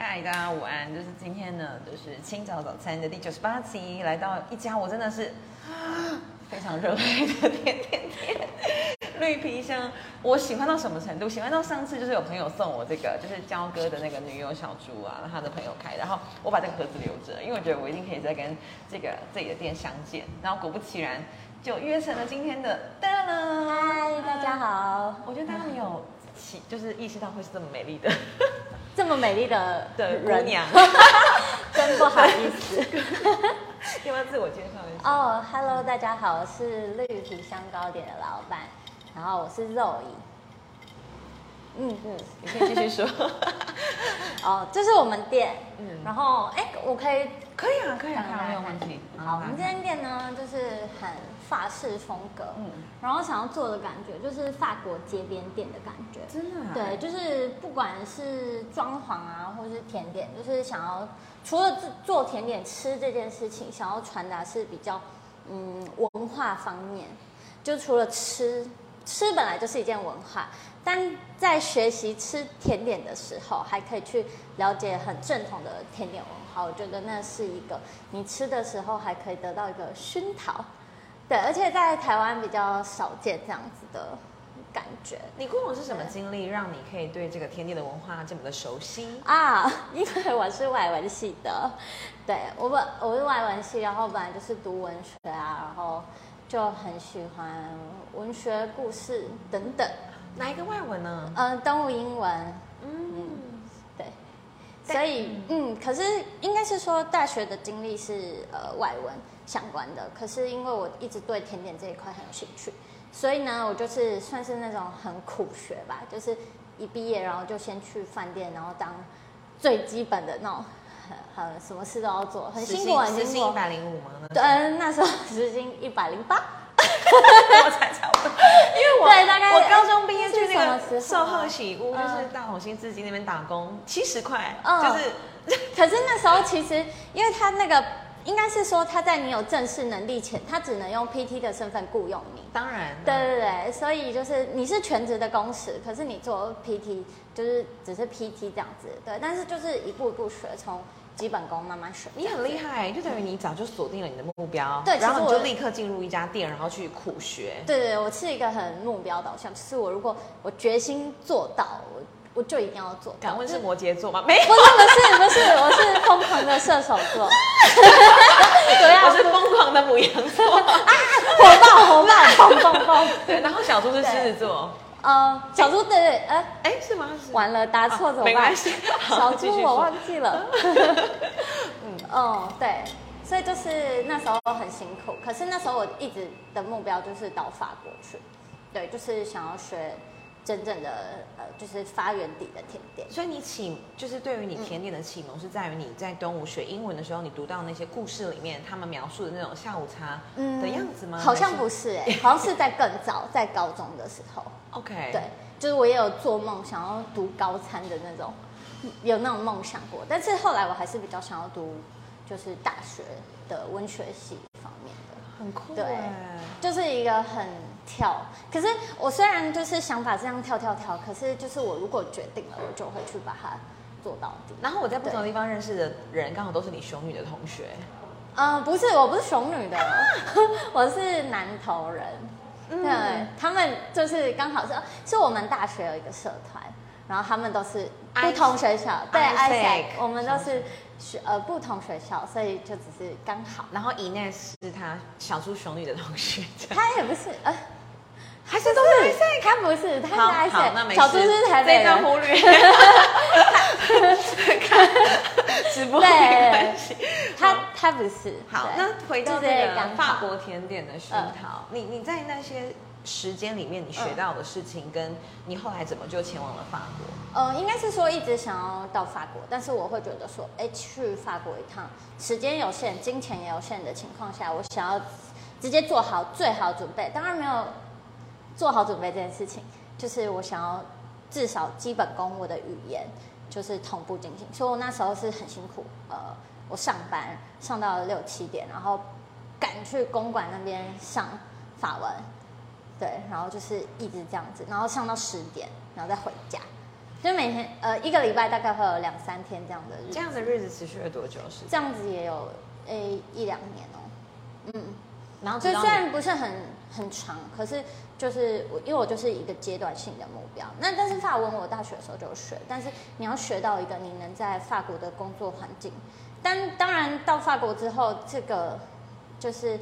嗨，大家午安。就是今天呢，就是清早早餐的第98集，来到一家我真的是非常热爱的甜点店——绿皮香。我喜欢到什么程度？喜欢到上次就是有朋友送我这个，就是焦哥的那个女友小猪啊，他的朋友开的，然后我把这个盒子留着，因为我觉得我一定可以再跟这里的店相见。然后果不其然，就约成了今天的哒啦。 嗨，大家好。 我觉得大家没有就是意识到会是这么美丽的。 这么美丽的姑娘， 真不好意思。 要不要自我介绍一下？ 哦、，Hello， 大家好，我是绿皮香糕点的老板，然后我是肉姨。 你可以继续说。 哦，这是我们店，然后我可以啊，没有问题。 好，我们这间店呢，就是很法式风格，然后想要做的感觉就是法国街边店的感觉， 真的啊？ 对，就是不管是装潢啊，或是甜点，就是想要除了做甜点吃这件事情，想要传达是比较文化方面，就除了吃本来就是一件文化，但在学习吃甜点的时候，还可以去了解很正统的甜点文化。我觉得那是一个你吃的时候还可以得到一个熏陶，对，而且在台湾比较少见这样子的感觉。 你过往是什么经历让你可以对这个甜点的文化这么的熟悉啊？因为我是外文系的，对，我是外文系，然后本来就是读文学啊，然后就很喜欢文学故事等等。 哪一个外文呢？ 东吴英文。对。所以可是应该是说大学的经历是外文相关的，可是因为我一直对甜点这一块很有兴趣，所以呢，我就是算是那种很苦学吧，就是一毕业然后就先去饭店，然后当最基本的那种。什么事都要做，很辛苦，很辛苦。 时薪105吗？ 对，那时候时薪108。 我才差不多，因为我高中毕业去那个寿贺喜屋，就是大同新至今那边打工，70块，就是。 可是那时候其实，因为他那个应该是说他在你有正式能力前，他只能用 PT 的身份雇佣你。 当然。 对，所以就是你是全职的工时，可是你做 PT 就是只是 PT 这样子，对，但是就是一步一步学，从基本功慢慢学。 你很厉害，就等于你早就锁定了你的目标， 对， 然后你就立刻进入一家店，然后去苦学。 对，我是一个很目标导向，就是如果我决心做到，我就一定要做到。 敢问是摩羯座吗？没有， 不是，我是疯狂的射手座。 我是疯狂的牡羊座。 火爆，砰！ 对，然后小猪是狮子座。 小猪对， 是吗？ 完了，答错怎么办？ 没关系， 小猪我忘记了。对，所以就是那时候很辛苦，可是那时候我一直的目标就是到法国去，对，就是想要学真正的就是发源地的甜点。 所以你就是对于你甜点的启蒙是在于你在东吴学英文的时候，你读到那些故事里面他们描述的那种下午茶的样子吗？ 好像不是好像是在更早，在高中的时候。 OK， 对，就是我也有做梦想要读高餐的那种，有那种梦想过，但是后来我还是比较想要读就是大学的文学系方面的。 很酷。 对，就是一个很跳，可是我虽然就是想法这样跳，可是就是我如果决定了，我就会去把它做到底。 然后我在不同的地方认识的人，刚好都是你熊女的同学。 不是，我不是熊女的，我是南投人。对，他们就是刚好是我们大学有一个社团，然后他们都是不同学校，对 ，Isaac， 我们都是不同学校，所以就只是刚好。 然后Ines是他小猪熊女的同学， 他也不是还是都是 Isaac， 他不是，他是 Isaac， 好，那没事， 小猪是台北人， 这段忽略。直播没关系。 他不是。 好，那回到这个法国甜点的熏陶，你在那些时间里面你学到的事情，跟你后来怎么就前往了法国？ 应该是说一直想要到法国，但是我会觉得说，去法国一趟，时间有限，金钱也有限的情况下，我想要直接做好最好准备。当然没有做好准备这件事情，就是我想要至少基本功我的语言就是同步进行，所以我那时候是很辛苦。我上班上到了6、7点，然后赶去公馆那边上法文，对，然后就是一直这样子，然后上到10点，然后再回家。 就每天一个礼拜大概会有2-3天这样的日子。 这样的日子持续了多久时间？ 这样子也有1-2年哦。 然后就虽然不是很长，可是就是因为我就是一个阶段性的目标。那但是法文我大学的时候就有学，但是你要学到一个你能在法国的工作环境。但当然到法国之后，这个就是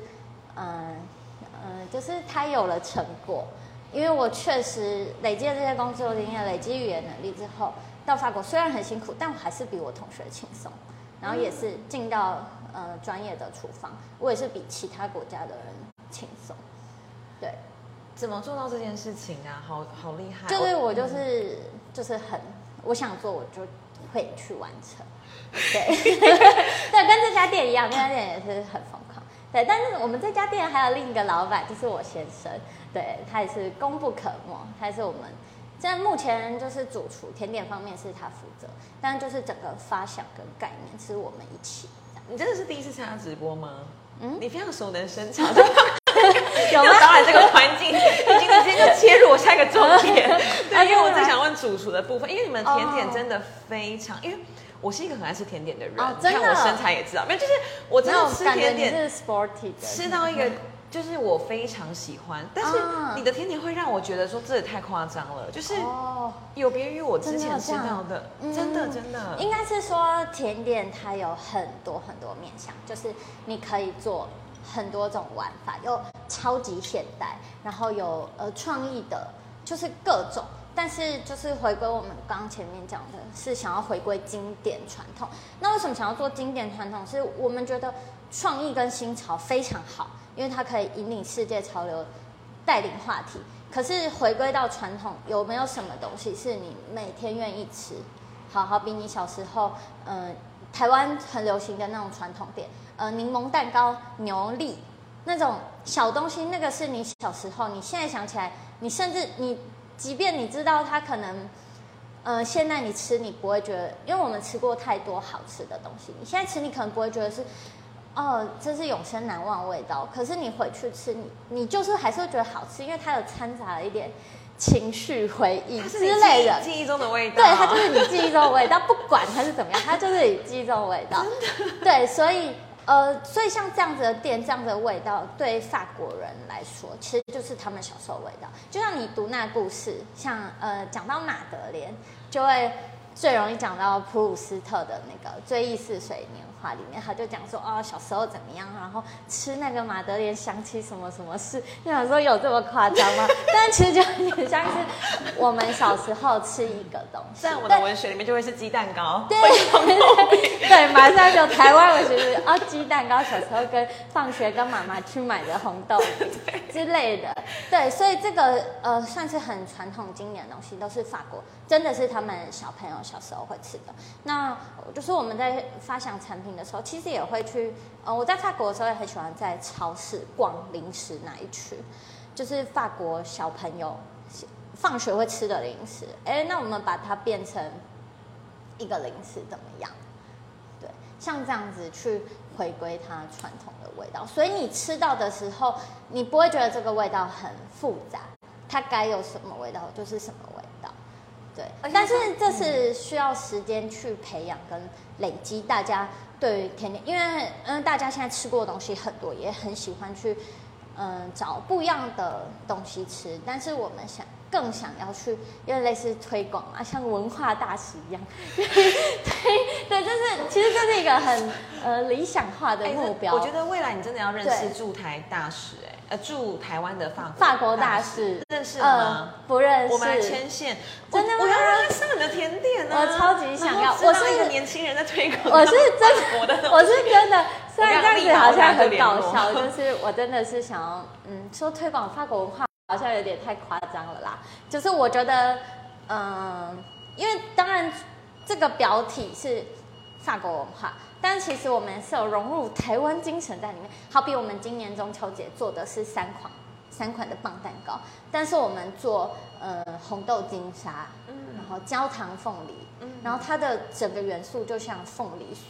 就是它有了成果，因为我确实累积了这些工作经验，累积语言能力之后，到法国虽然很辛苦，但我还是比我同学轻松，然后也是进到专业的厨房，我也是比其他国家的人轻松。对， 怎么做到这件事情啊？好厉害！ 就是我就是很我想做，我就会去完成。对，对，跟这家店一样，这家店也是很疯狂。对，但是我们这家店还有另一个老板，就是我先生，对他也是功不可没，他也是我们现在目前就是主厨，甜点方面是他负责，但就是整个发想跟概念是我们一起。 你真的是第一次参加直播吗？你非常熟能生巧， 有吗？ 导览这个环境，已经直接就切入我下一个重点。对，因为我最想问主厨的部分，因为你们甜点真的非常，因为我是一个很爱吃甜点的人， 真的， 看我身材也知道，没有，就是我真的吃甜点是 sporty 的， 吃到一个就是我非常喜欢，但是你的甜点会让我觉得说这也太夸张了，就是有别于我之前吃到的，真的。 应该是说甜点它有很多面向，就是你可以做很多种玩法，有超级现代，然后有创意的，就是各种。但是就是回归我们刚刚前面讲的，是想要回归经典传统。那为什么想要做经典传统？是我们觉得创意跟新潮非常好，因为它可以引领世界潮流，带领话题。可是回归到传统，有没有什么东西是你每天愿意吃？好比你小时候，台湾很流行的那种传统店，柠檬蛋糕、牛粒那种小东西，那个是你小时候，你现在想起来，你甚至即便你知道它可能，现在你吃你不会觉得，因为我们吃过太多好吃的东西，你现在吃你可能不会觉得是，这是永生难忘的味道。可是你回去吃，你就是还是会觉得好吃，因为它有掺杂了一点情绪回忆之类的， 记忆中的味道。 对，它就是你记忆中的味道，不管它是怎么样，它就是你记忆中的味道。对，所以像这样子的店，这样子的味道，对法国人来说，其实就是他们小时候的味道。就像你读那故事，像讲到马德莲，就会最容易讲到普鲁斯特的那个《追忆似水年华》里面，他就讲说小时候怎么样，然后吃那个马德莲想起什么什么事，就想说有这么夸张吗？但其实就有点像是我们小时候吃一个东西， 在我的文学里面就会是鸡蛋糕， 对，马上就台湾文学是鸡蛋糕，小时候放学跟妈妈去买的红豆饼之类的，对，所以这个算是很传统经典的东西，都是法国真的是他们小朋友小时候会吃的。那就是我们在发想产品的时候，其实也会去我在法国的时候也很喜欢在超市逛零食那一区，就是法国小朋友放学会吃的零食，那我们把它变成一个零食怎么样？对，像这样子去回归它传统的味道，所以你吃到的时候，你不会觉得这个味道很复杂，它该有什么味道就是什么味道。对，但是这是需要时间去培养跟累积大家对于甜点，因为大家现在吃过的东西很多，也很喜欢去找不一样的东西吃，但是我们更想要去，因为类似推广嘛，像文化大使一样，对，其实这是一个很理想化的目标。 我觉得未来你真的要认识驻台大使，驻台湾的法国大使， 认识吗？ 不认识。 我们来牵线， 真的吗？ 我要让他上你的甜点啊！ 我超级想要， 我是一个年轻人在推广， 我是真的，虽然这样子好像很搞笑，就是我真的是想要，说推广法国文化。好像有点太夸张了啦，就是我觉得，因为当然这个标题是法国文化，但其实我们是有融入台湾精神在里面。好比我们今年中秋节做的是3款的棒蛋糕，但是我们做红豆金沙，然后焦糖凤梨，然后它的整个元素就像凤梨酥，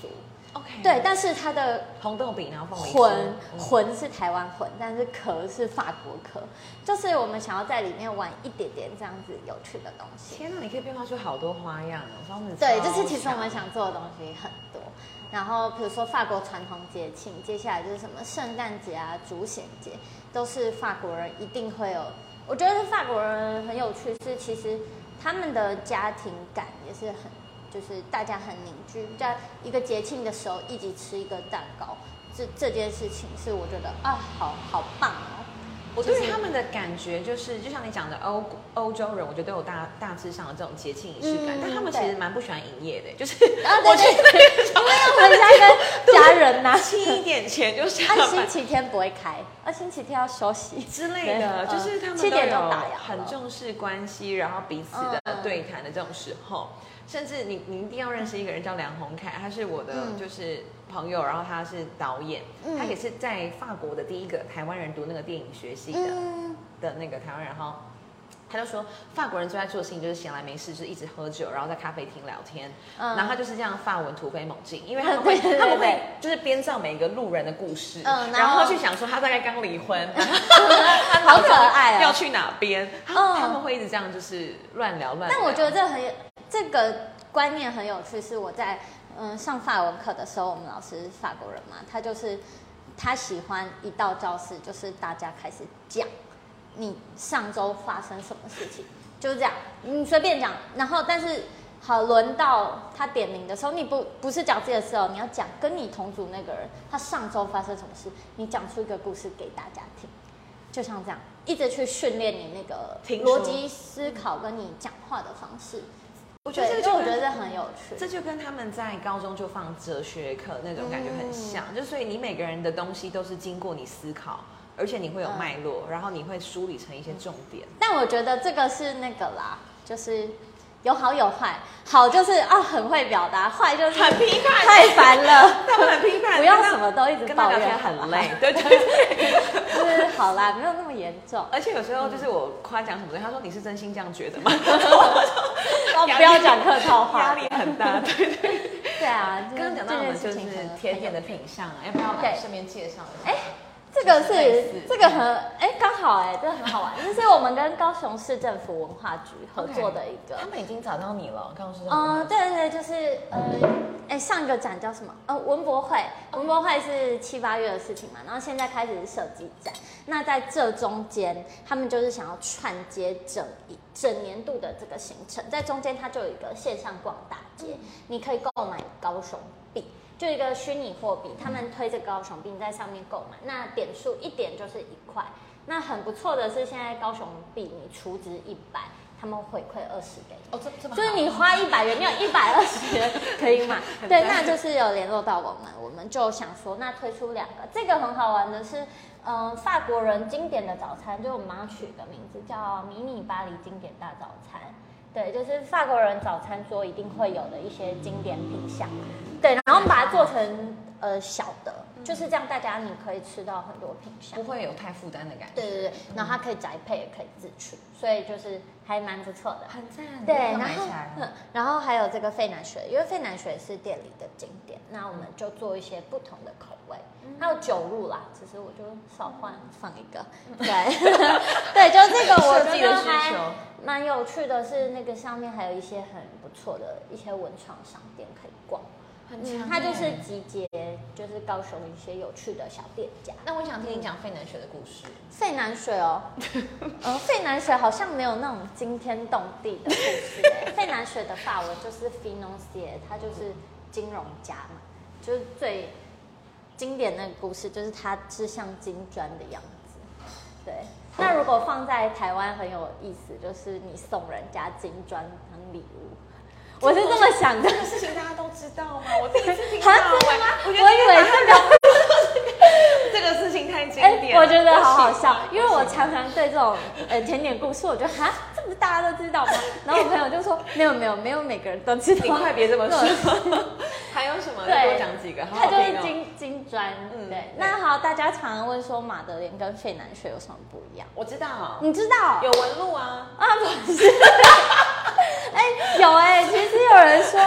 OK， 对，但是它的红豆饼然后凤梨酥魂是台湾魂，但是壳是法国壳，就是我们想要在里面玩一点点这样子有趣的东西。 天哪，你可以变化出好多花样哦，方子对，就是其实我们想做的东西很多。然后比如说法国传统节庆，接下来就是什么圣诞节啊、主显节，都是法国人一定会有。我觉得法国人很有趣，是其实他们的家庭感也是很，就是大家很凝聚，在一个节庆的时候一起吃一个蛋糕，这件事情是我觉得啊，好棒哦。 我对于他们的感觉就是，就像你讲的欧洲人，我觉得都有大致上的这种节庆仪式感，但他们其实蛮不喜欢营业的，就是我觉得因为要回家跟家人呐 ，7点前就下班，星期天不会开，星期天要休息之类的，就是他们 7点钟打烊， 很重视关系，然后彼此的对谈的这种时候。甚至你一定要认识一个人叫梁宏凯，他是我的就是朋友，然后他是导演，他也是在法国的第一个台湾人读那个电影学系的那个台湾人，然后他就说法国人最爱做的事情就是闲来没事，就是一直喝酒，然后在咖啡厅聊天，然后他就是这样法文突飞猛进，因为他们会就是编造每一个路人的故事，然后去想说他大概刚离婚， 好可爱啊， 要去哪边，他们会一直这样就是乱聊。 但我觉得这个观念很有趣，是我在上法文课的时候，我们老师是法国人嘛，他喜欢一到教室就是大家开始讲你上周发生什么事情，就是这样，你随便讲，然后但是好轮到他点名的时候，你不是讲自己的事哦，你要讲跟你同组那个人他上周发生什么事，你讲出一个故事给大家听，就像这样，一直去训练你那个逻辑思考跟你讲话的方式。我觉得这很有趣， 这就跟他们在高中就放哲学课那种感觉很像，就所以你每个人的东西都是经过你思考，而且你会有脉络，然后你会梳理成一些重点。 但我觉得这个是那个啦，就是有好有坏，好就是很会表达，坏就是很批判， 太烦了， 他们很批判， 不要什么都一直抱怨， 很累，对， 就是好啦，没有那么严重。 而且有时候就是我夸奖什么东西，他说你是真心这样觉得吗？ 不要讲客套话， 压力很大，对。 对啊， 刚刚讲到我们就是甜点的品相，要不要顺便介绍一下？ 这个很刚好这个很好玩，这是我们跟高雄市政府文化局合作的一个。 他们已经找到你了，高雄市政府。 对，就是上一个展叫什么？文博会，文博会是7、8月的事情嘛，然后现在开始是设计展。那在这中间，他们就是想要串接整年度的这个行程，在中间它就有一个线上逛大街，你可以购买高雄币。就一个虚拟货币，他们推这个高雄币，你在上面购买，那点数1点就是1块。那很不错的是，现在高雄币你储值100，他们回馈20给你。 这么好， 就是你花100元，你有120元可以买。对，那就是有联络到我们就想说，那推出2个。这个很好玩的是，法国人经典的早餐，就我们帮他取个名字叫迷你巴黎经典大早餐。对，就是法国人早餐桌一定会有的一些经典品项。对，然后我们把它做成小的，就是这样，大家你可以吃到很多品项， 不会有太负担的感觉。 对，然后它可以宅配，也可以自取，所以就是还蛮不错的， 很赞。 对，然后还有这个费南雪，因为费南雪是店里的经典，那我们就做一些不同的口味，还有酒露啦，只是我就少放一个，对，对，就这个我觉得还蛮有趣的，是那个上面还有一些很不错的一些文创商店可以逛。它就是集结，就是高雄一些有趣的小店家。 那我想听你讲费南雪的故事。 费南雪费南雪好像没有那种惊天动地的故事。费南雪的法文就是 financier， 它就是金融家嘛，就是最经典的故事，就是它是像金砖的样子。对，那如果放在台湾很有意思，就是你送人家金砖当礼物。我是这么想的， 这个事情大家都知道吗？我第一次听到， 真的吗？我以为这个事情太经典了， 我觉得好好笑，因为我常常对这种甜点故事，我觉得这不是大家都知道吗？然后我朋友就说没有每个人都知道。 你快别这么说。还有什么？多讲几个。 它就是金砖，对。那好，大家常常问说马德莲跟费南雪有什么不一样？ 我知道， 你知道？ 有纹路啊。 不是。有其实有人说，那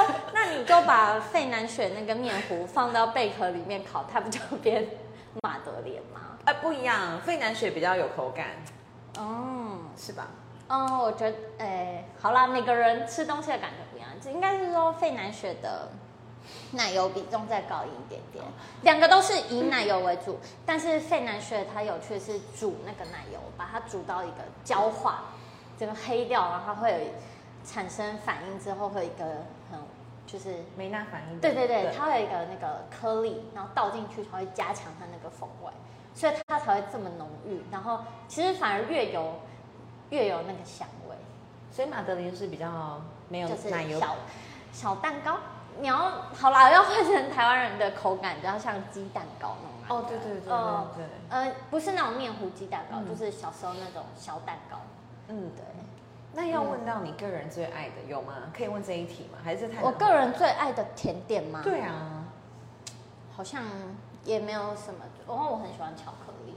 那你就把费南雪那个面糊放到贝壳里面烤，它不就变马德莲吗？ 不一样，费南雪比较有口感，是吧？ 我觉得，好啦，每个人吃东西的感觉不一样，应该是说费南雪的奶油比重再高一点点，两个都是以奶油为主，但是费南雪它有趣的是煮那个奶油，把它煮到一个焦化，整个黑掉，然后它会有产生反应之后会有一个就是梅纳反应， 对，它会有一个那个颗粒，然后倒进去才会加强它那个风味，所以它才会这么浓郁。然后其实反而越有那个香味， 所以马德莲是比较没有奶油， 就是小蛋糕。你要好啦，要换成台湾人的口感，比较像鸡蛋糕那种。对，不是那种面糊鸡蛋糕，就是小时候那种小蛋糕。对。 那要问到你个人最爱的有吗？可以问这一题吗？还是太…… 我个人最爱的甜点吗？ 对啊， 好像也没有什么。我很喜欢巧克力。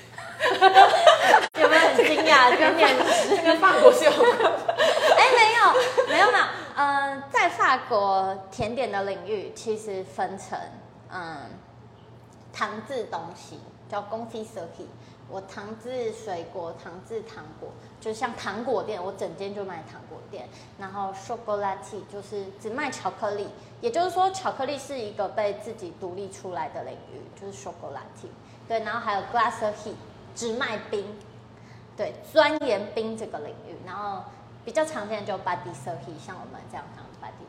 有没有很惊讶？跟面食跟法国是有关？ 没有。在法国甜点的领域，其实分成糖制东西叫 confisserie， 我糖制水果、糖制糖果，就像糖果店，我整间就卖糖果店。然后 chocolatier 就是只卖巧克力，也就是说巧克力是一个被自己独立出来的领域，就是 chocolatier。对，然后还有 glacerie 只卖冰，对，钻研冰这个领域。然后比较常见的就 pâtisserie， 像我们这样讲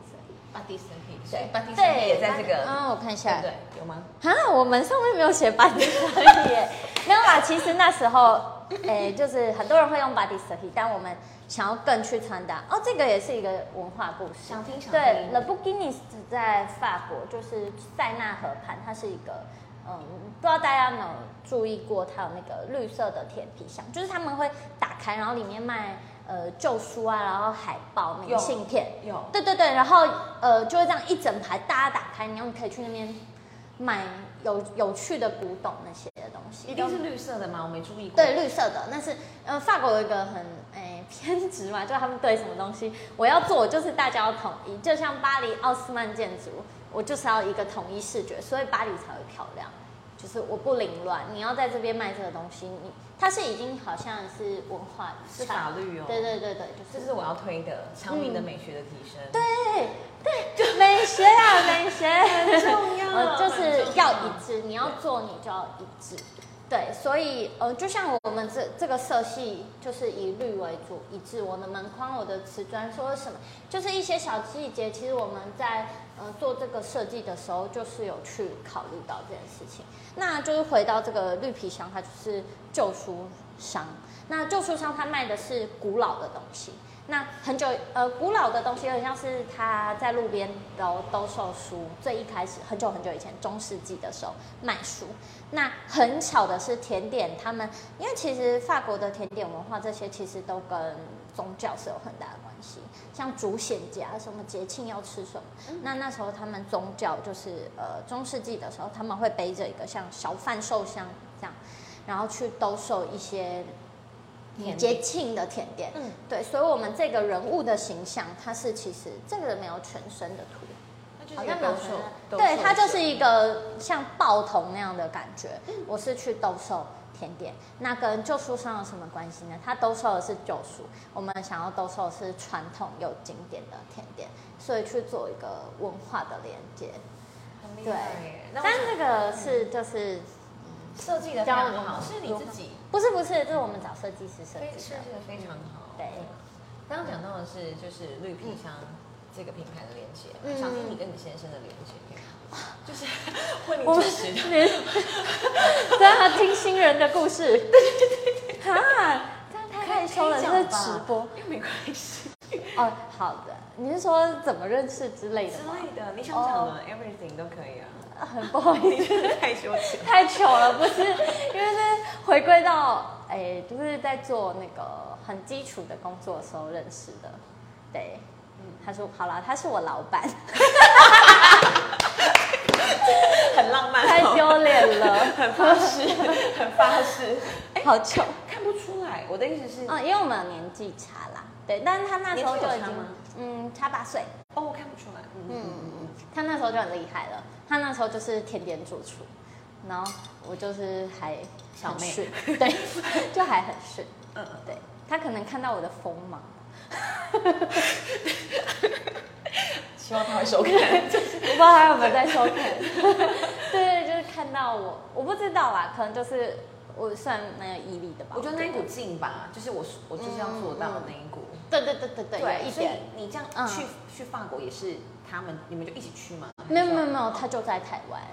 pâtisserie， 对 pâtisserie 也在这个， 我看一下， 对，有吗？ 我们上面没有写 pâtisserie 耶，没有啦。其实那时候，就是很多人会用 pâtisserie， 但我们想要更去传达，这个也是一个文化故事。 想听。 对 ，Le Bouquinistes 在法国就是塞纳河畔，它是一个。不知道大家有没有注意过，它有那个绿色的甜皮箱，就是他们会打开，然后里面卖旧书啊，然后海报、明信片， 有， 对，然后就会这样一整排，大家打开，然后你可以去那边买有趣的古董那些的东西。 一定是绿色的吗？我没注意过。 对，绿色的，那是法国有一个很偏执嘛，就是他们对什么东西我要做，就是大家要统一，就像巴黎奥斯曼建筑，我就是要一个统一视觉，所以巴黎才会漂亮。就是我不凌乱，你要在这边卖这个东西，它是已经好像是文化是法律哦。 对， 就是这是我要推的常民的美学的提升。 对，美学很重要， 就是要一致，你要做你就要一致。对，所以就像我们这个色系就是以绿为主，一致。我的门框、我的瓷砖说什么，就是一些小细节，其实我们在做这个设计的时候，就是有去考虑到这件事情。那就是回到这个绿皮箱，它就是旧书商。那旧书商它卖的是古老的东西。那古老的东西，有点像是他在路边兜售书。最一开始很久以前，中世纪的时候卖书。那很巧的是，甜点他们，因为其实法国的甜点文化这些其实都跟宗教是有很大的关系。像主显节什么节庆要吃什么，那时候他们宗教就是中世纪的时候，他们会背着一个像小贩售箱这样，然后去兜售一些节庆的甜点。对，所以我们这个人物的形象，它是其实这个没有全身的图， 好像没有售， 对，它就是一个像报童那样的感觉。我是去兜售甜点，那跟旧书商有什么关系呢？它兜售的是旧书，我们想要兜售的是传统又经典的甜点，所以去做一个文化的连接。对，但这个是就是设计的非常好，是你自己？ 不是，这是我们找设计师设计的， 设计的非常好。 对， 刚刚讲到的是就是绿皮箱这个品牌的连接，想听你跟你先生的连接，就是婚礼主持的， 对啊，听新人的故事，对，这样太害羞了，这是直播， 没关系。 好的，你是说怎么认识之类的吗？ 之类的，你想讲的 everything 都可以啊。 很不好意思， 太羞耻， 太糗了，不是，因为是回归到就是在做那个很基础的工作的时候认识的。对，他说好啦，他是我老板， 很浪漫， 太丢脸了， 很发誓， 好糗， 看不出来。我的意思是， 因为我们有年纪差啦，对，但是他那时候就已经，差8岁。 我看不出来。 他那时候就很厉害了，他那时候就是甜点主厨，然后我就是还小妹， 对，就还很顺，对，他可能看到我的锋芒， 希望他会收看， 我不知道他有没有在收看，对，就是看到我不知道啦，可能就是我算蛮有毅力的吧， 我觉得那一股劲吧，就是我就是要做到的那一股， 对， 对， 一点。 你这样去法国也是你们就一起去吗？ 没有，他就在台湾。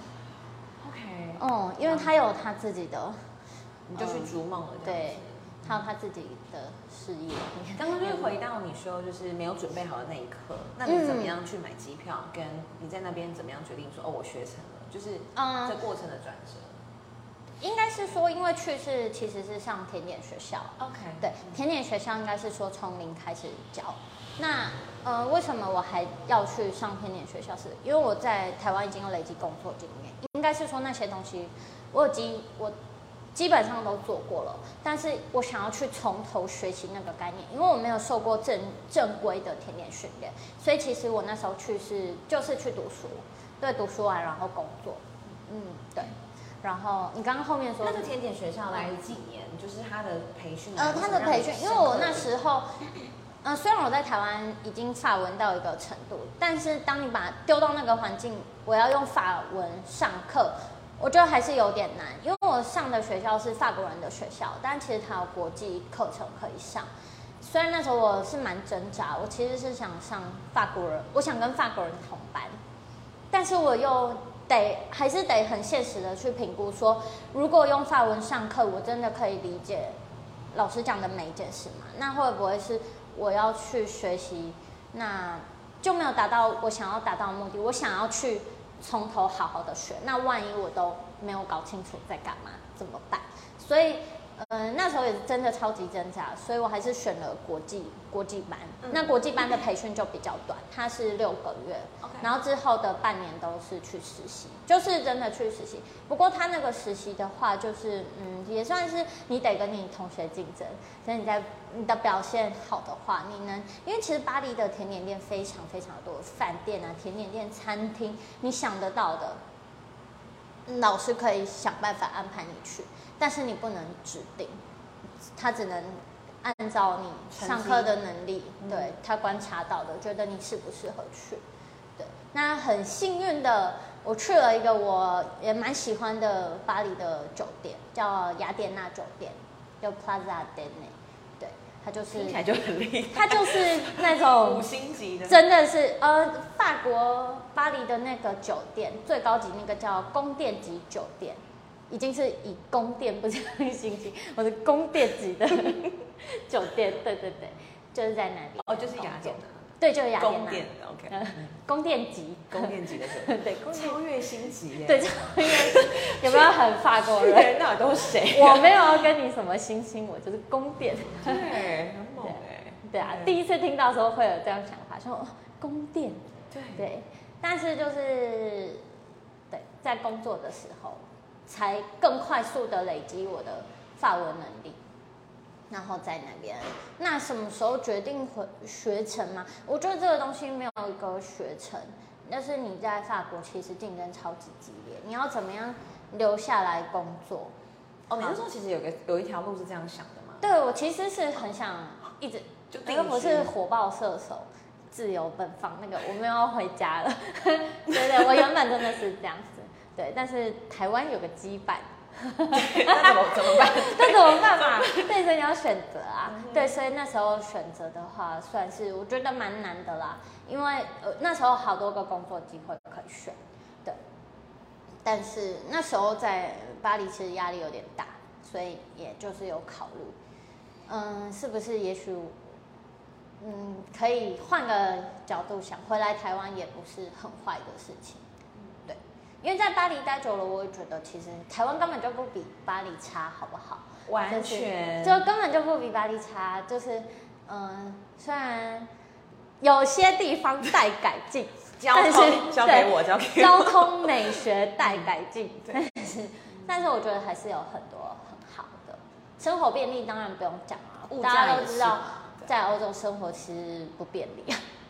OK， 因为他有他自己的， 你就去逐梦了， 对，他有他自己的事业。 刚刚就是回到你说就是没有准备好的那一刻，那你怎么样去买机票？跟你在那边怎么样决定说我学成了？就是这过程的转折。 应该是说，因为其实是上甜点学校 ，OK， 对，甜点学校应该是说从零开始教。那为什么我还要去上甜点学校？是因为我在台湾已经有累积工作经验，应该是说那些东西我基本上都做过了，但是我想要去从头学习那个概念，因为我没有受过正规的甜点训练，所以其实我那时候就是去读书，对，读书完然后工作，对。然后你刚刚后面说那个甜点学校大概是几年？就是他的培训， 他的培训，因为我那时候，虽然我在台湾已经法文到一个程度，但是当你把它丢到那个环境，我要用法文上课，我觉得还是有点难，因为我上的学校是法国人的学校，但其实它有国际课程可以上。虽然那时候我是蛮挣扎，我其实是想上法国人，我想跟法国人同班，但是我又还是得很现实的去评估说，如果用法文上课，我真的可以理解老师讲的每一件事吗？那会不会是我要去学习，那就没有达到我想要达到的目的？我想要去从头好好的学，那万一我都没有搞清楚在干嘛，怎么办？所以那时候也是真的超级挣扎，所以我还是选了国际班。那国际班的培训就比较短，它是6个月，然后之后的半年都是去实习，就是真的去实习。不过他那个实习的话，就是也算是你得跟你同学竞争，所以你的表现好的话，因为其实巴黎的甜点店非常非常多，饭店啊、甜点店、餐厅，你想得到的，老师可以想办法安排你去。但是你不能指定，他只能按照你上课的能力，对他观察到的，觉得你适不适合去。对，那很幸运的，我去了一个我也蛮喜欢的巴黎的酒店，叫雅典娜酒店，叫 Plaza Athénée。对，它就是听起来就很厉害， 它就是那种 5星级的， 真的是法国巴黎的那个酒店最高级那个叫宫殿级酒店。已经是以宫殿不是星级，我的宫殿级的酒店，对，就是在那里。 就是雅典娜， 对，就是雅典娜。 宫殿 ，OK， 宫殿级的酒店， 对， 超越星级耶， 对，超越有没有很法国人？ 对，那都是谁？ 我没有要跟你什么星星，我就是宫殿。 对，很猛哎。 对啊，第一次听到的时候会有这样想法，说宫殿，对，但是就是对，在工作的时候。才更快速的累积我的法文能力，然后在那边，那什么时候决定学成吗？我觉得这个东西没有一个学成，但是你在法国其实竞争超级激烈，你要怎么样留下来工作？ 你那时候其实有一条路是这样想的吗？ 对，我其实是很想一直，因为我是火爆射手，自由奔放，那个我没有要回家了，对，我原本真的是这样子。对，但是台湾有个羁绊， 那怎么办？ 那怎么办嘛？对，所以你要选择啊。对，所以那时候选择的话，算是我觉得蛮难的啦，因为那时候好多个工作机会可以选，对。但是那时候在巴黎其实压力有点大，所以也就是有考虑，是不是也许，可以换个角度想，回来台湾也不是很坏的事情。因为在巴黎待久了，我也觉得其实台湾根本就不比巴黎差，好不好？ 完全， 就根本就不比巴黎差，就是虽然有些地方待改进， 交通交给我， 交通美学待改进，但是我觉得还是有很多很好的生活便利，当然不用讲啊，大家都知道，在欧洲生活其实不便利。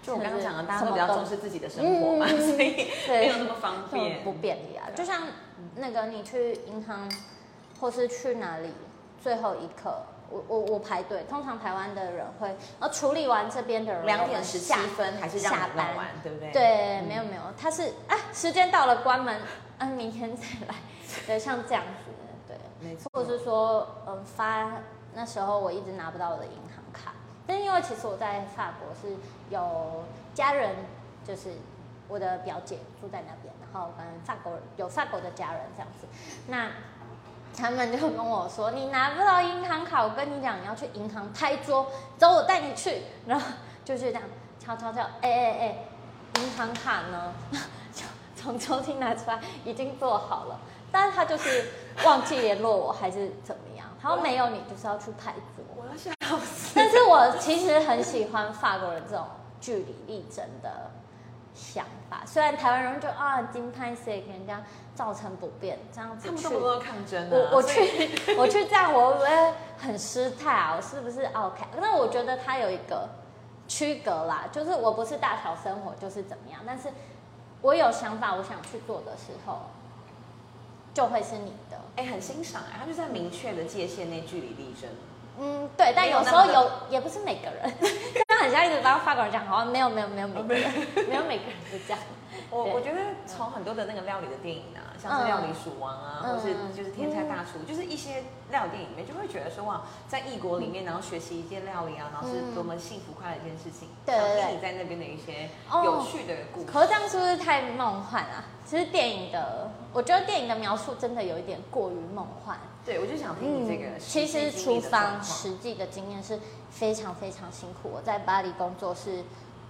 就我刚刚讲的，大家都比较重视自己的生活嘛，所以没有那么方便， 不便利啊。就像那个你去银行或是去哪里，最后一刻，我排队，通常台湾的人会，处理完这边的人 2:17还是让你弄完，对不对？ 对，没有，他是时间到了关门，明天再来，对，像这样子，对， 没错。 或者是说，那时候我一直拿不到我的银行卡，但因为其实我在法国是有家人，就是我的表姐住在那边，然后跟法国的家人这样子，那他们就跟我说，你拿不到银行卡，我跟你讲，你要去银行拍桌，走，我带你去，然后就是这样敲，银行卡呢，就从抽屉拿出来，已经做好了，但是他就是忘记联络我，还是怎么样？他说没有，你就是要去拍桌。 我要笑死！ 但是我其实很喜欢法国人这种据理力争的想法，虽然台湾人就金拍谁给人家造成不便，这样子他们都不抗争啊。 我去这样，我会不会很失态啊？我是不是 OK？那我觉得他有一个区隔啦，就是我不是大小生活就是怎么样，但是我有想法，我想去做的时候，就会是你的。 很欣赏他就在明确的界限内据理力争。 对，但有时候也不是每个人，这样很像一直帮法国人讲，好像没有每个人，没有每个人是这样。 我觉得从很多的那个料理的电影啊，像是料理鼠王啊，或是就是天才大厨，就是一些料理电影里面，就会觉得说哇，在异国里面，然后学习一件料理啊，然后是多么幸福快乐的一件事情。 对， 听你在那边的一些有趣的故事。 可是这样是不是太梦幻啊？其实我觉得电影的描述真的有一点过于梦幻。 对，我就想听你这个。 其实厨房实际的经验是非常非常辛苦。我在巴黎工作是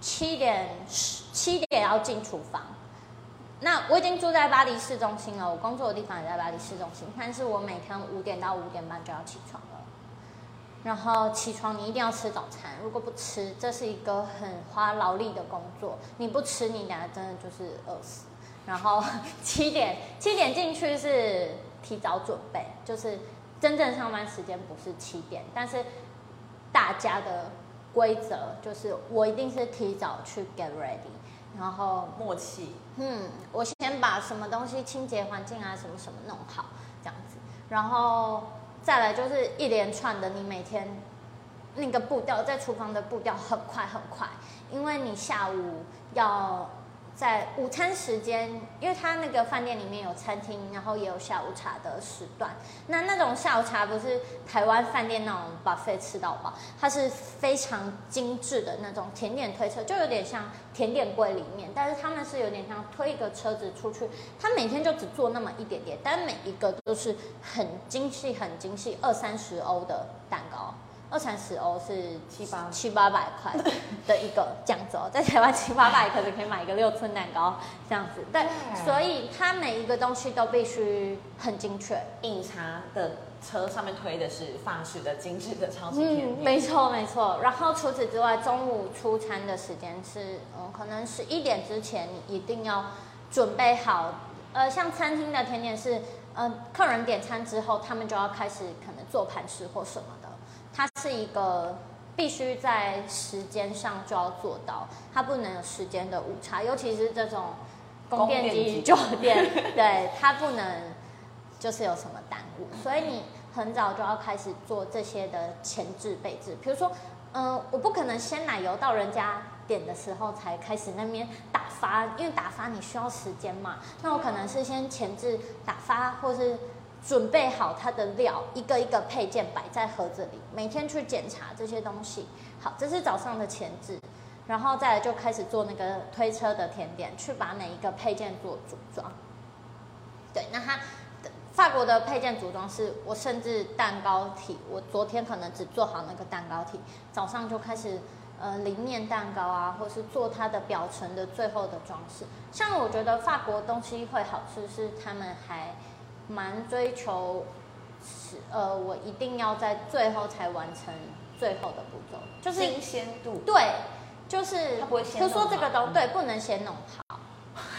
7点要进厨房。那我已经住在巴黎市中心了，我工作的地方也在巴黎市中心，但是我每天5点到5点半就要起床了。然后起床你一定要吃早餐，如果不吃，这是一个很花劳力的工作。你不吃，你等下真的就是饿死。然后7点进去是提早准备，就是真正上班时间不是7点，但是大家的规则就是我一定是提早去 get ready， 然后默契， 我先把什么东西清洁环境啊什么什么弄好这样子，然后再来就是一连串的，你每天那个步调在厨房的步调很快很快，因为你下午要在午餐时间，因为他那个饭店里面有餐厅，然后也有下午茶的时段。那种下午茶不是台湾饭店那种 buffet 吃到饱，它是非常精致的那种甜点推车，就有点像甜点柜里面，但是他们是有点像推一个车子出去，他每天就只做那么一点点，但每一个都是很精细，20-30欧的蛋糕。20-30欧是700-800块的一个这样子在台湾700-800可能可以买一个6寸蛋糕这样子，对，所以它每一个东西都必须很精确。 饮茶的车上面推的是法式的精致的超级甜点， 没错。然后除此之外，中午出餐的时间是可能11点之前你一定要准备好。像餐厅的甜点是客人点餐之后，他们就要开始可能做盘式或什么的。它是一个必须在时间上就要做到，它不能有时间的误差，尤其是这种宫殿级酒店，对，它不能就是有什么耽误，所以你很早就要开始做这些的前置备置。比如说，我不可能鲜奶油到人家点的时候才开始那边打发，因为打发你需要时间嘛，那我可能是先前置打发，或是准备好它的料，一个一个配件摆在盒子里，每天去检查这些东西。好，这是早上的前置，然后再来就开始做那个推车的甜点，去把每一个配件做组装。对，那法国的配件组装是我甚至蛋糕体，我昨天可能只做好那个蛋糕体，早上就开始淋面蛋糕啊，或是做它的表层的最后的装饰。像我觉得法国东西会好吃，是他们还蛮追求，我一定要在最后才完成最后的步骤，就是新鲜度。 对，就是它不会先就说这个对，不能先弄好。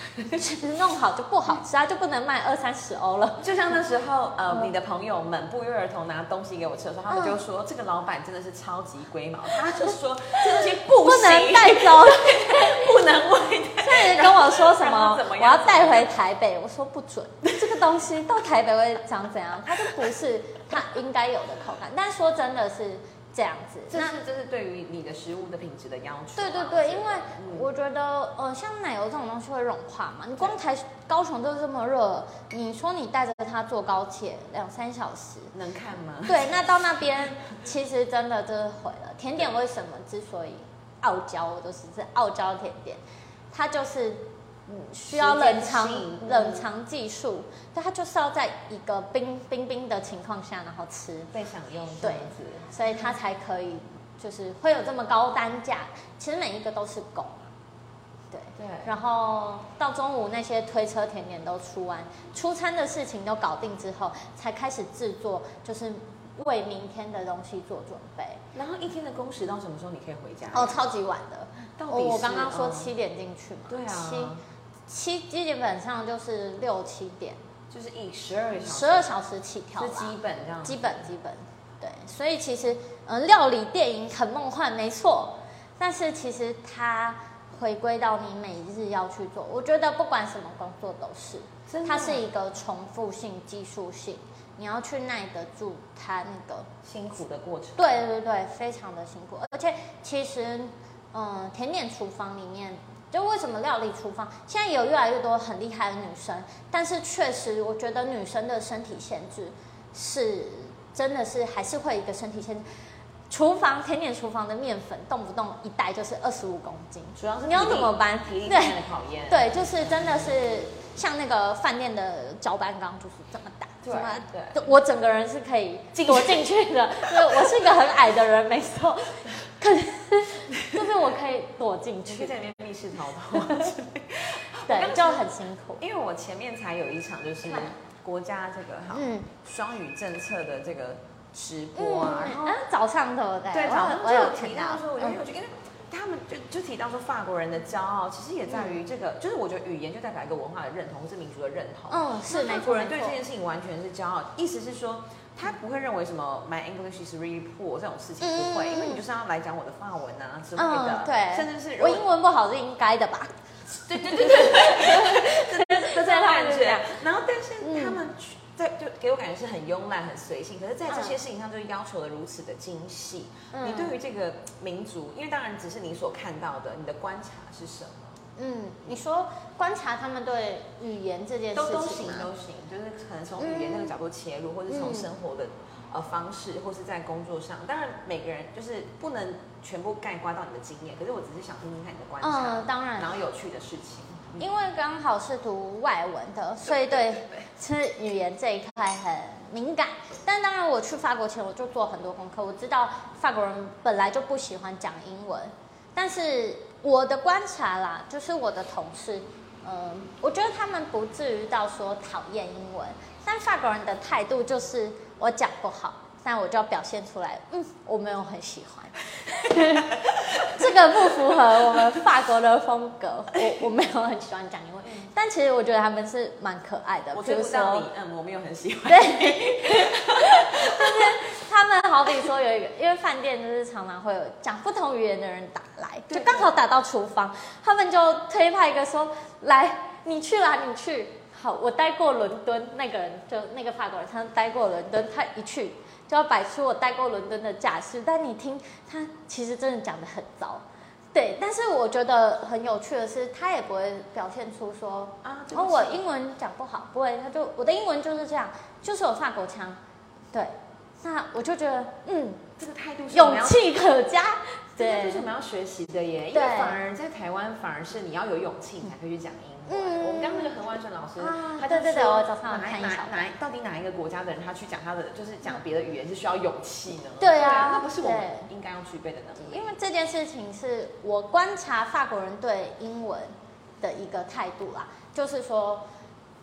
弄好就不好吃，它就不能卖20-30欧了。 就像那时候，你的朋友们不约而同拿东西给我吃的时候，他们就说、这个老板真的是超级龟毛，他就说这东西不能带走， 不能喂。 现在跟我说什么我要带回台北，我说不准，这个东西到台北会长怎样？它就不是它应该有的口感。但说真的是这样子， 这是对于你的食物的品质的要求。 对对对，因为我觉得像奶油这种东西会融化嘛，你光高雄都这么热，你说你带着它坐高铁2-3小时， 能看吗？ 对，那到那边其实真的就是毁了。甜点为什么之所以傲娇，都是傲娇甜点，它就是需要冷藏技术，但它就是要在一个冰的情况下，然后吃被享用， 对，所以它才可以就是会有这么高单价。其实每一个都是狗嘛，对。然后到中午那些推车甜点都出完，出餐的事情都搞定之后，才开始制作，就是为明天的东西做准备。 然后一天的工时到什么时候你可以回家？ 超级晚的。我刚刚说7点进去嘛， 对啊。 基本上就是6-7点， 就是以12 小时起跳， 是基本这样。 基本对，所以其实料理电影很梦幻，没错，但是其实它回归到你每日要去做，我觉得不管什么工作都是，它是一个重复性、技术性，你要去耐得住它那个辛苦的过程。 对对对，非常的辛苦，而且其实甜点厨房里面。就为什么料理厨房现在有越来越多很厉害的女生，但是确实我觉得女生的身体限制是真的是还是会一个身体限制。甜点厨房的面粉动不动一袋就是25公斤， 主要是你要怎么搬？ 体力上面的考验。 对，就是真的是像那个饭店的搅拌缸就是这么大， 对， 我整个人是可以躲进去的。对，我是一个很矮的人，没错，可是就是我可以躲进去， 你可以在里面密室逃脱。 对，就很辛苦。 因为我前面才有一场就是国家这个双语政策的这个直播啊，然后早上的对，早上我有提到说，我觉得因为他们就提到说法国人的骄傲，其实也在于这个，就是我觉得语言就代表一个文化的认同，是民族的认同。 是法国人对这件事情完全是骄傲，意思是说他不会认为什么 My English is really poor 这种事情不会，因为你就是要来讲我的法文啊之类的， 对， 甚至是我英文不好是应该的吧？ 对，这样感觉。然后但是他们就给我感觉是很慵懒、很随性，可是，在这些事情上就要求的如此的精细。你对于这个民族，因为当然只是你所看到的，你的观察是什么？ 你说观察他们对语言这件事情都行，就是可能从语言那个角度切入，或者从生活的方式，或是在工作上。当然，每个人就是不能全部概括到你的经验，可是我只是想听听看你的观察， 当然， 然后有趣的事情。 因为刚好是读外文的，所以对语言这一块很敏感。但当然，我去法国前我就做很多功课，我知道法国人本来就不喜欢讲英文，但是我的观察啦，就是我的同事，我觉得他们不至于到说讨厌英文，但法国人的态度就是我讲不好，但我就要表现出来，我没有很喜欢。这个不符合我们法国的风格，我没有很喜欢讲英文，但其实我觉得他们是蛮可爱的。 我追不到你，我没有很喜欢。 对，就是他们好比说有一个，因为饭店就是常常会有讲不同语言的人打来，就刚好打到厨房，他们就推派一个说：“来，你去啦，你去。”好，我待过伦敦，那个人就那个法国人，他待过伦敦，他一去就要摆出我待过伦敦的架势，但你听他其实真的讲得很糟，对。但是我觉得很有趣的是，他也不会表现出说我英文讲不好，不会，我的英文就是这样，就是有法国腔，对。那我就觉得， 这个态度是勇气可嘉， 对，这是我们要学习的耶。因为反而在台湾，反而是你要有勇气才可以去讲英文。我们刚刚那个何万顺老师，他就对，我早上看到底哪一个国家的人，他去讲他的就是讲别的语言是需要勇气呢？ 对啊， 那不是我们应该要具备的能力。 因为这件事情是我观察法国人对英文的一个态度啦，就是说，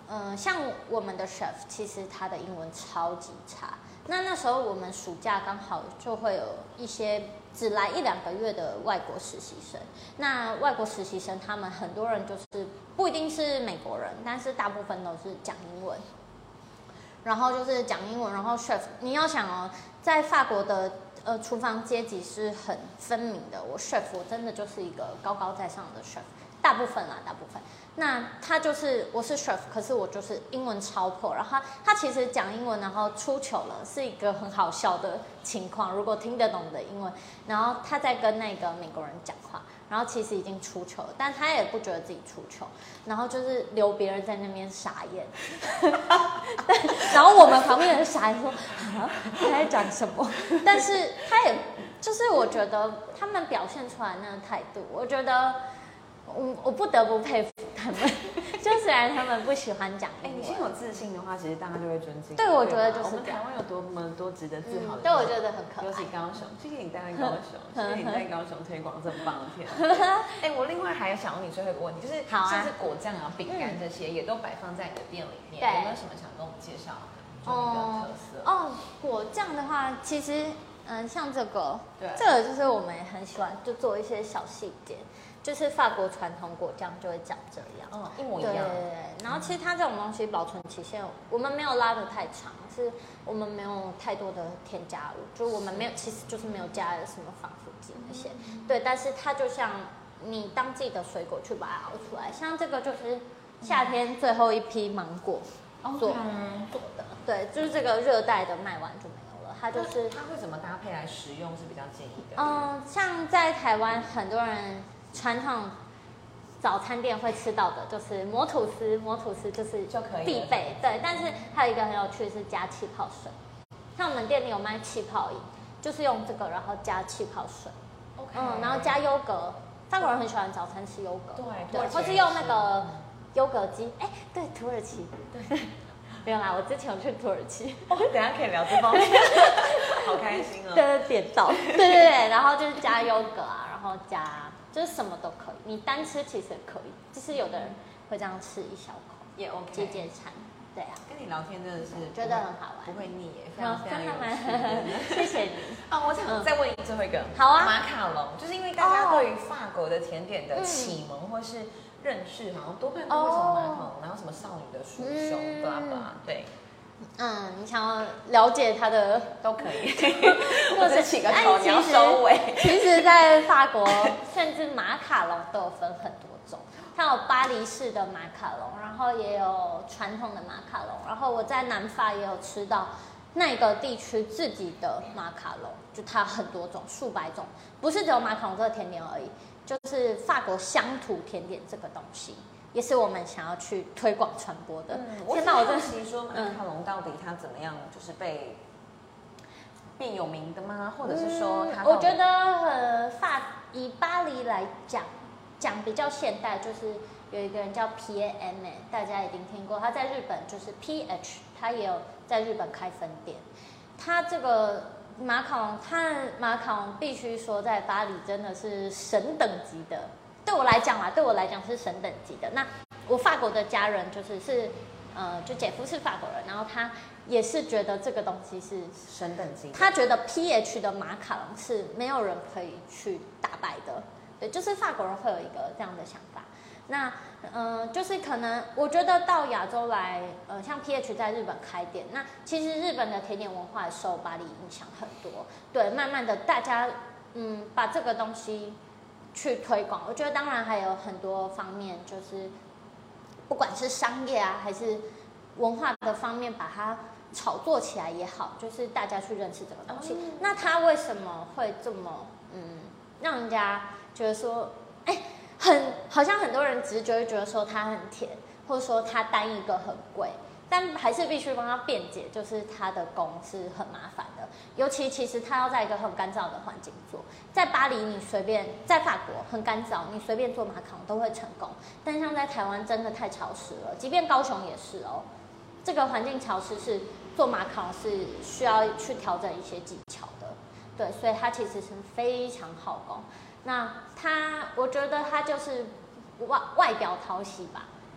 像我们的 chef 其实他的英文超级差。那时候我们暑假刚好就会有一些只来1-2个月的外国实习生。那外国实习生他们很多人就是不一定是美国人，但是大部分都是讲英文。然后就是讲英文，然后 chef 你要想哦，在法国的厨房阶级是很分明的。我 chef 我真的就是一个高高在上的 chef， 大部分。那他就是我是 chef， 可是我就是英文超破。然后他其实讲英文，然后出糗了，是一个很好笑的情况。如果听得懂的英文，然后他在跟那个美国人讲话，然后其实已经出糗了，但他也不觉得自己出糗，然后就是留别人在那边傻眼。然后我们旁边人傻眼说啊，他在讲什么？但是他也就是我觉得他们表现出来那个态度，我觉得我不得不佩服他们。就虽然他们不喜欢讲英文， 你先有自信的话，其实大家就会尊敬。 对，我觉得就是我们台湾有多值得自豪的。 对，我觉得很可爱。 尤其高雄，谢谢你带高雄，谢谢你在高雄推广这么棒的甜点。我另外还想问你最后一个问题，就是像是果酱啊、饼干这些，也都摆放在你的店里面，有没有什么想跟我们介绍就你的特色？ 果酱的话，其实像这个就是我们也很喜欢，就做一些小细节。就是法国传统果酱就会长这样， 一模一样。 对，然后其实它这种东西保存期限，我们没有拉得太长，是我们没有太多的添加物，就我们没有，其实就是没有加什么防腐剂那些。对，但是它就像你当季的水果去把它熬出来，像这个就是夏天最后一批芒果做的，对，就是这个热带的卖完就没有了，它就是它会怎么搭配来食用是比较建议的？ 像在台湾很多人。传统早餐店会吃到的就是磨吐司就是必备，对。但是还有一个很有趣的是加气泡水，像我们店里有卖气泡饮，就是用这个然后加气泡水，然后加优格，法国人很喜欢早餐吃优格，对，或是用那个优格机，对，土耳其，对。没有啦，我之前有去土耳其， 等一下可以聊这方面，好开心哦。 对，点到，对，然后就是加优格啊，然后加。就是什么都可以，你单吃其实也可以，就是有的人会这样吃一小口， 也 OK， 解解馋，对啊。 跟你聊天真的是觉得很好玩， 不会腻耶，非常有趣。谢谢你。 我想再问你最后一个， 好啊。 马卡龙，就是因为大家对于法国的甜点的启蒙或是认识，好像多半都会从马卡龙，然后什么少女的酥胸，blah blah，对。 你想要了解它的都可以，或者起个头，你要收尾。 其实，在法国，甚至马卡龙都有分很多种，它有巴黎式的马卡龙，然后也有传统的马卡龙，然后我在南法也有吃到那个地区自己的马卡龙，就它很多种，数百种，不是只有马卡龙这个甜点而已，就是法国乡土甜点这个东西。也是我们想要去推广传播的。 我好奇说马卡龙到底它怎么样，就是变有名的吗？或者是说它？ 我觉得以巴黎来讲比较现代，就是有一个人叫 PAM， 大家一定听过，他在日本就是 PH， 他也有在日本开分店。他这个马卡龙必须说在巴黎真的是神等级的。对我来讲是神等级的。那我法国的家人就姐夫是法国人，然后他也是觉得这个东西是神等级， 他觉得 PH 的马卡龙是没有人可以去打败的。对，就是法国人会有一个这样的想法。那就是可能我觉得到亚洲来，像 PH 在日本开店，那其实日本的甜点文化也受巴黎影响很多。对，慢慢的大家把这个东西去推广，我觉得当然还有很多方面，就是不管是商业啊，还是文化的方面，把它炒作起来也好，就是大家去认识这个东西。那它为什么会这么让人家觉得说，好像很多人直觉会觉得说它很甜，或者说它单一个很贵。但还是必须帮他辩解，就是他的工是很麻烦的，尤其其实他要在一个很干燥的环境做。在巴黎，你随便在法国很干燥，你随便做马卡龙都会成功。但像在台湾真的太潮湿了，即便高雄也是哦。这个环境潮湿是做马卡龙是需要去调整一些技巧的，对，所以它其实是非常耗工。那我觉得它就是外表讨喜吧。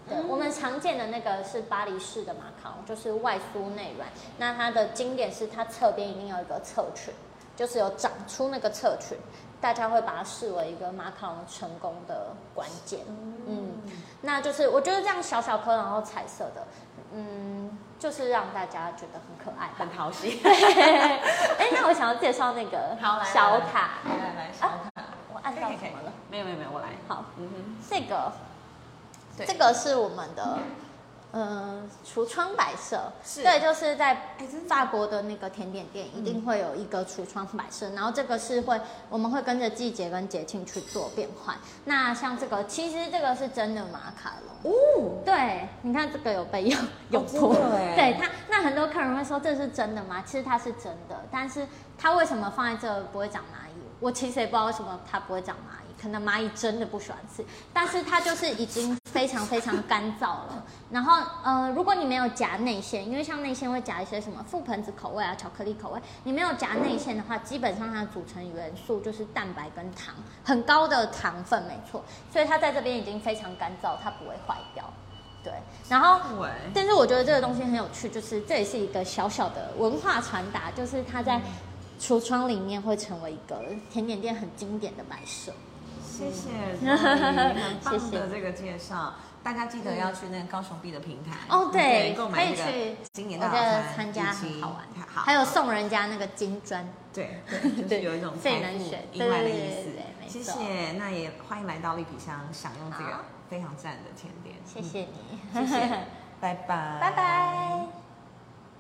对，我们常见的那个是巴黎式的马卡龙，就是外酥内软。那它的经典是它侧边一定有一个侧裙，就是有长出那个侧裙，大家会把它视为一个马卡龙成功的关键。那就是我觉得这样小小颗，然后彩色的，就是让大家觉得很可爱， 很讨喜。 哎，那我想要介绍那个小塔， 来小塔， 我按到什么了？ 没有，我来。 好，这个是我们的橱窗摆设，对，就是在法国的那个甜点店一定会有一个橱窗摆设，然后这个是我们会跟着季节跟节庆去做变换。那像这个，其实这个是真的马卡龙哦，对，你看这个有被有破，对它，那很多客人会说这是真的吗？其实它是真的，但是它为什么放在这不会长蚂蚁？我其实也不知道为什么它不会长蚂蚁。可能蚂蚁真的不喜欢吃，但是它就是已经非常非常干燥了。然后如果你没有夹内馅，因为像内馅会夹一些什么覆盆子口味啊、巧克力口味，你没有夹内馅的话，基本上它的组成元素就是蛋白跟糖，很高的糖分，没错。所以它在这边已经非常干燥，它不会坏掉。对，然后，但是我觉得这个东西很有趣，就是这也是一个小小的文化传达，就是它在橱窗里面会成为一个甜点店很经典的摆设。 谢谢，很棒的这个介绍。大家记得要去那个高雄币的平台哦，对， 购买这个今年的我觉得参加很好玩，还有送人家那个金砖， 对，就是有一种财富意外的意思。谢谢，那也欢迎来到绿皮箱享用这个非常赞的甜点。 谢谢你， 谢谢，拜拜， 拜拜。